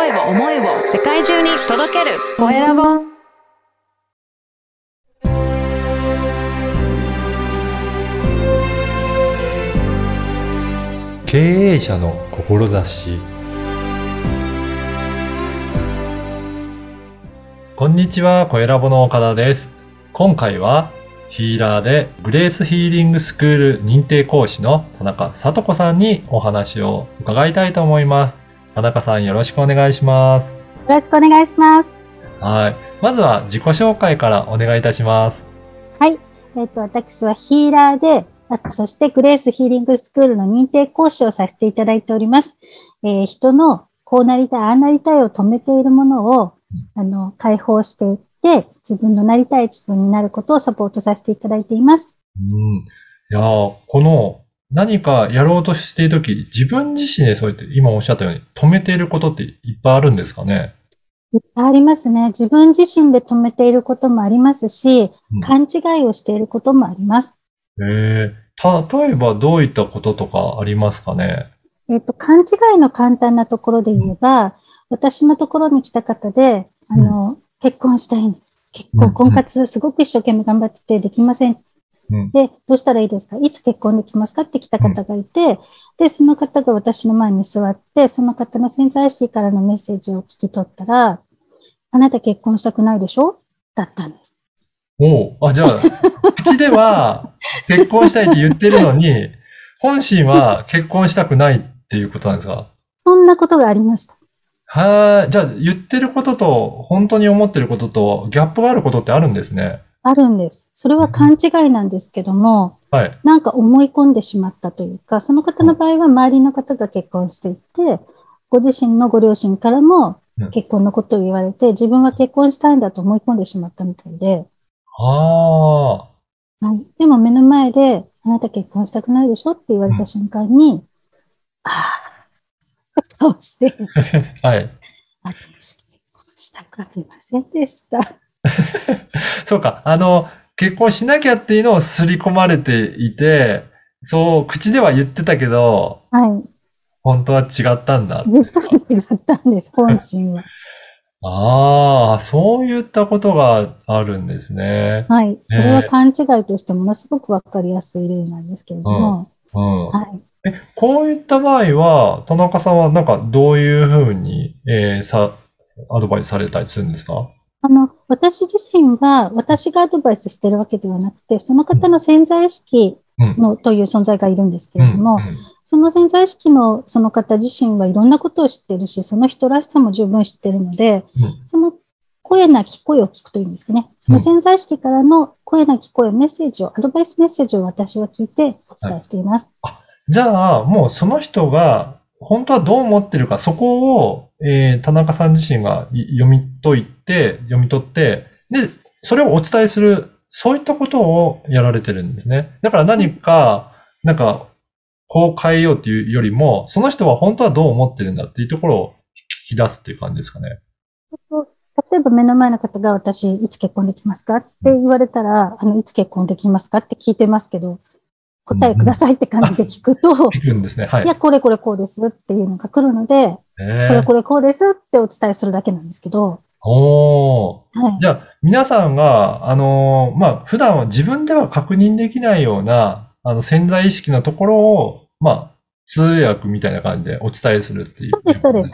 声を世界中に届けるコエラボ。 経営者の志。こんにちは、コエラボの岡田です。今回はヒーラーでグレースヒーリングスクール認定講師の田中聡子さんにお話を伺いたいと思います。田中さん、よろしくお願いします。 よろしくお願いします。 はい。まずは自己紹介からお願いいたします。 はい。私はヒーラーで、そしてグレースヒーリングスクールの認定講師をさせていただいております。人のこうなりたい、ああなりたいを止めているものを、解放していって、自分のなりたい自分になることをサポートさせていただいています。 いやー、この何かやろうとしているとき、自分自身でそうやって今おっしゃったように止めていることっていっぱいあるんですかね？ いっぱいありますね。自分自身で止めていることもありますし、勘違いをしていることもあります。 例えばどういったこととかありますかね？ 勘違いの簡単なところで言えば、私のところに来た方で、結婚したいんです。婚活すごく一生懸命頑張っててできません。で、どうしたらいいですか？いつ結婚できますかって来た方がいて、で、その方が私の前に座って、その方の潜在意識からのメッセージを聞き取ったら、あなた結婚したくないでしょ？だったんです。 じゃあ、口では結婚したいって言ってるのに、本心は結婚したくないっていうことなんですか？ そんなことがありました。 じゃあ言ってることと本当に思ってることとギャップがあることってあるんですね。 あるんです。それは勘違いなんですけども、なんか思い込んでしまったというか、その方の場合は周りの方が結婚していて、ご自身のご両親からも結婚のことを言われて、自分は結婚したいんだと思い込んでしまったみたいで。でも目の前で、あなた結婚したくないでしょって言われた瞬間に、顔して、私結婚したくありませんでした。 そうか、結婚しなきゃっていうのを刷り込まれていて、そう、口では言ってたけど、本当は違ったんだ。 実は違ったんです、本心は。 そういったことがあるんですね。 はい。それは勘違いとしてものすごくわかりやすい例なんですけれども。 こういった場合は、田中さんはなんかどういうふうに、アドバイスされたりするんですか？ 私自身は、私がアドバイスしてるわけではなくて、その方の潜在意識という存在がいるんですけれども、その潜在意識のその方自身はいろんなことを知ってるし、その人らしさも十分知ってるので、その声なき声を聞くというんですかね。その潜在意識からの声なき声、メッセージを、アドバイスメッセージを私は聞いてお伝えしています。 じゃあ、もうその人が本当はどう思ってるか、そこを、田中さん自身が読み取って、で、それをお伝えする、そういったことをやられてるんですね。だから何か、こう変えようっていうよりも、その人は本当はどう思ってるんだっていうところを聞き出すっていう感じですかね。 例えば目の前の方が私、いつ結婚できますかって言われたら、いつ結婚できますかって聞いてますけど、答えくださいって感じで聞くと、 聞くんですね。 いや、これこれこうですっていうのが来るので、これこれこうですってお伝えするだけなんですけど。 じゃあ、皆さんが、普段は自分では確認できないような、潜在意識のところを、通訳みたいな感じでお伝えするっていう。 そうです、そうです。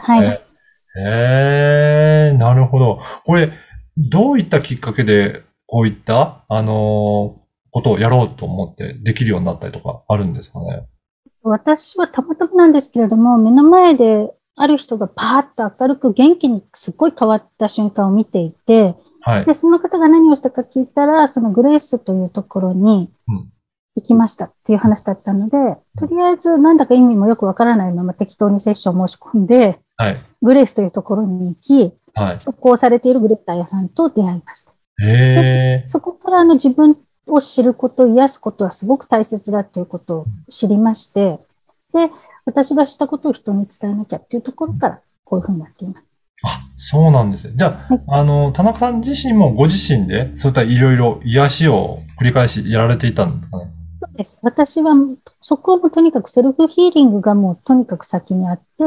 なるほど。これ、どういったきっかけで、こういった、ことをやろうと思ってできるようになったりとかあるんですかね？ 私はたまたまなんですけれども、目の前である人がパーッと明るく元気にすっごい変わった瞬間を見ていて、で、その方が何をしたか聞いたら、そのグレースというところに行きましたっていう話だったので、とりあえずなんだか意味もよくわからないまま適当にセッションを申し込んで、グレースというところに行き、そこをされているグレーター屋さんと出会いました。でそこから自分を知ること、癒すことはすごく大切だということを知りまして、で、私が知ったことを人に伝えなきゃっていうところからこういうふうになっています。 そうなんですね。じゃあ、田中さん自身もご自身でそういったいろいろ癒しを繰り返しやられていたんですかね？ そうです。私はそこもとにかくセルフヒーリングがもうとにかく先にあって、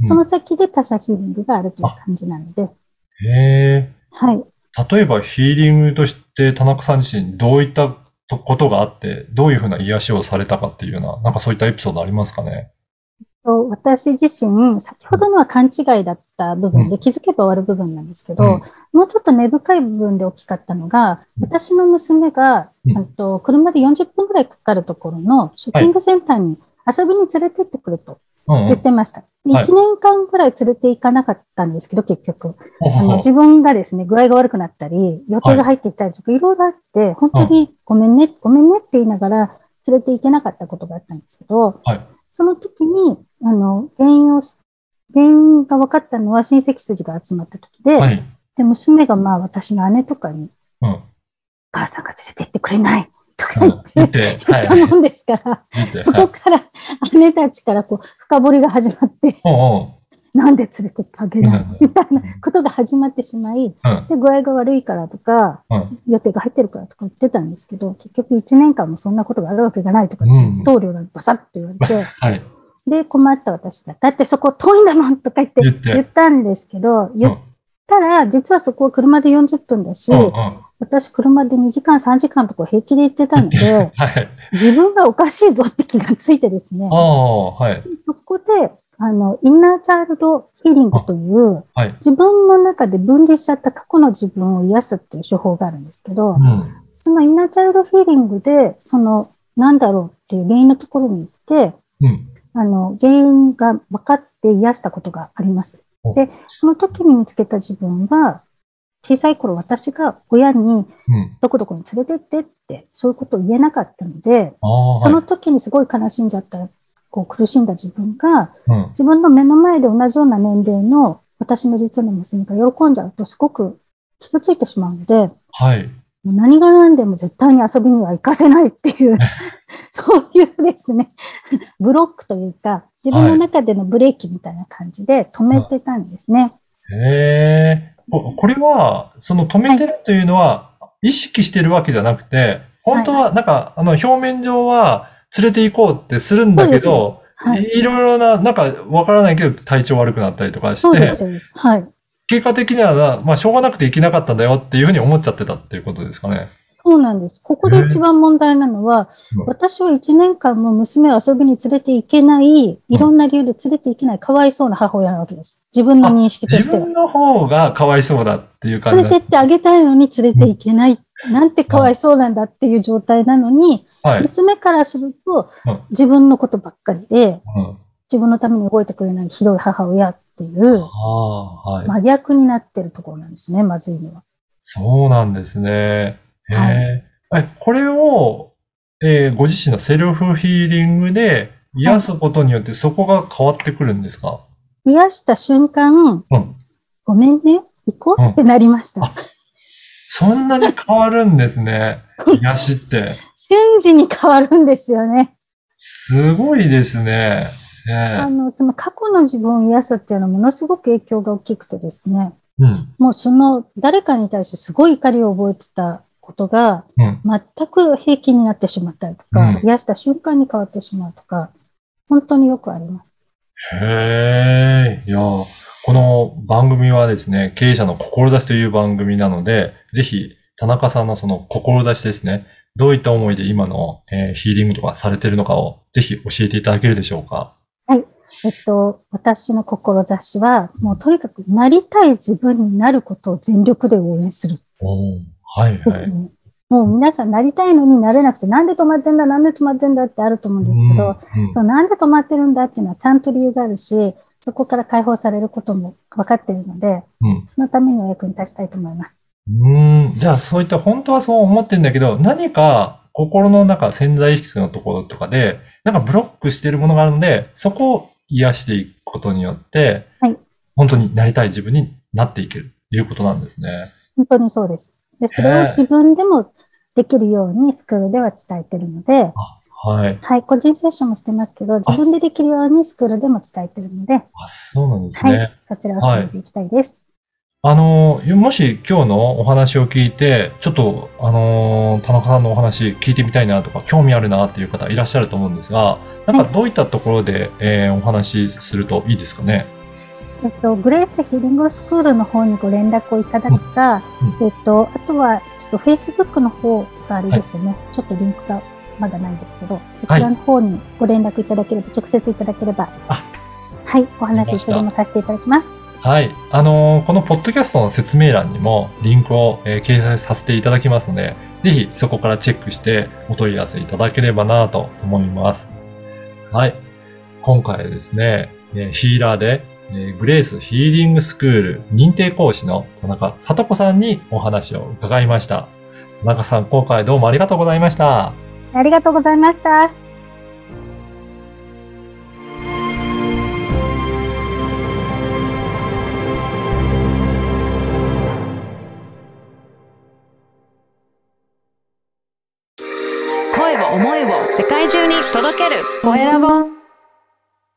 その先で他者ヒーリングがあるという感じなので。 へえ。 はい。 例えばヒーリングとして田中さん自身どういったことがあって、どういうふうな癒しをされたかっていうような、なんかそういったエピソードありますかね？ 私自身、先ほどのは勘違いだった部分で、気づけば終わる部分なんですけど、もうちょっと根深い部分で大きかったのが、私の娘が、車で40分くらいかかるところのショッピングセンターに遊びに連れてってくると言ってました。1年間くらい連れて行かなかったんですけど、結局。自分がですね、具合が悪くなったり、予定が入ってきたりとか、いろいろあって、本当にごめんね、ごめんねって言いながら連れて行けなかったことがあったんですけど、その時に、原因が分かったのは親戚筋が集まった時で、で、娘が私の姉とかに、お母さんが連れて行ってくれないとか言って言ったもんですから、そこから姉たちから深掘りが始まって、なんで連れてってあげないみたいなことが始まってしまい、で、具合が悪いからとか、予定が入ってるからとか言ってたんですけど、結局1年間もそんなことがあるわけがないとか、棟梁がバサッと言われて、で、困った私が、だってそこ遠いんだもんとか言ったんですけど、言ったら、実はそこは車で40分だし、私車で2時間3時間とか平気で行ってたんで、自分がおかしいぞって気がついてですね、そこで、インナーチャイルドヒーリングという、自分の中で分離しちゃった過去の自分を癒すっていう手法があるんですけど、そのインナーチャイルドヒーリングで、なんだろうっていう原因のところに行って、原因が分かって癒したことがあります。で、その時に見つけた自分は、小さい頃私が親に、どこどこに連れてってって、そういうことを言えなかったので、その時にすごい悲しんじゃった、苦しんだ自分が、自分の目の前で同じような年齢の私の実の娘が喜んじゃうとすごく傷ついてしまうので、何が何でも絶対に遊びには行かせないっていう、そういうですね、ブロックというか、自分の中でのブレーキみたいな感じで止めてたんですね。 これは、その止めてるというのは、意識してるわけじゃなくて、本当は、なんか、表面上は連れて行こうってするんだけど、いろいろな、なんかわからないけど体調悪くなったりとかして、結果的には、しょうがなくて行けなかったんだよっていうふうに思っちゃってたっていうことですかね。 そうなんです。ここで一番問題なのは、私は1年間も娘を遊びに連れて行けない、いろんな理由で連れて行けない、かわいそうな母親なわけです。自分の認識としては。 自分の方がかわいそうだっていう感じ。 連れてってあげたいのに連れて行けない。なんてかわいそうなんだっていう状態なのに、娘からすると、自分のことばっかりで、自分のために動いてくれないひどい母親っていう、真逆になってるところなんですね、まずいのは。 そうなんですね。これを、ご自身のセルフヒーリングで癒すことによってそこが変わってくるんですか？ 癒した瞬間、ごめんね、行こうってなりました。 そんなに変わるんですね。癒しって。 瞬時に変わるんですよね。 すごいですね。 その過去の自分を癒すっていうのはものすごく影響が大きくてですね。もう誰かに対してすごい怒りを覚えてたことが、全く平気になってしまったりとか、癒した瞬間に変わってしまうとか、本当によくあります。 いや、この番組はですね、経営者の志という番組なので、ぜひ、田中さんのその志ですね、どういった思いで今の、ヒーリングとかされているのかを、ぜひ教えていただけるでしょうか。 はい。私の志は、もうとにかくなりたい自分になることを全力で応援する。ですね。もう皆さんなりたいのになれなくて、なんで止まってんだ、なんで止まってんだってあると思うんですけど、なんで止まってるんだっていうのはちゃんと理由があるし、そこから解放されることも分かっているので、そのためにお役に立ちたいと思います。 じゃあそういった本当はそう思ってるんだけど、何か心の中潜在意識のところとかで、なんかブロックしているものがあるので、そこを癒していくことによって、本当になりたい自分になっていけるということなんですね。 本当にそうです。で、それを自分でもできるようにスクールでは伝えているので、個人セッションもしてますけど、自分でできるようにスクールでも伝えているので、 そうなんですね。 そちらを進めていきたいです。 もし今日のお話を聞いて、ちょっと、田中さんのお話聞いてみたいなとか、興味あるなっていう方いらっしゃると思うんですが、なんかどういったところで、お話しするといいですかね。 グレースヒーリングスクールの方にご連絡をいただくか、あとは、ちょっと Facebook の方があれですよね。ちょっとリンクがまだないですけど、そちらの方にご連絡いただければ、直接いただければ、はい、お話いつでもさせていただきます。 はい。このポッドキャストの説明欄にもリンクを、掲載させていただきますので、ぜひそこからチェックしてお問い合わせいただければなと思います。はい。今回ですね、ヒーラーで、グレースヒーリングスクール認定講師の田中聡子さんにお話を伺いました。田中さん、今回どうもありがとうございました。 ありがとうございました。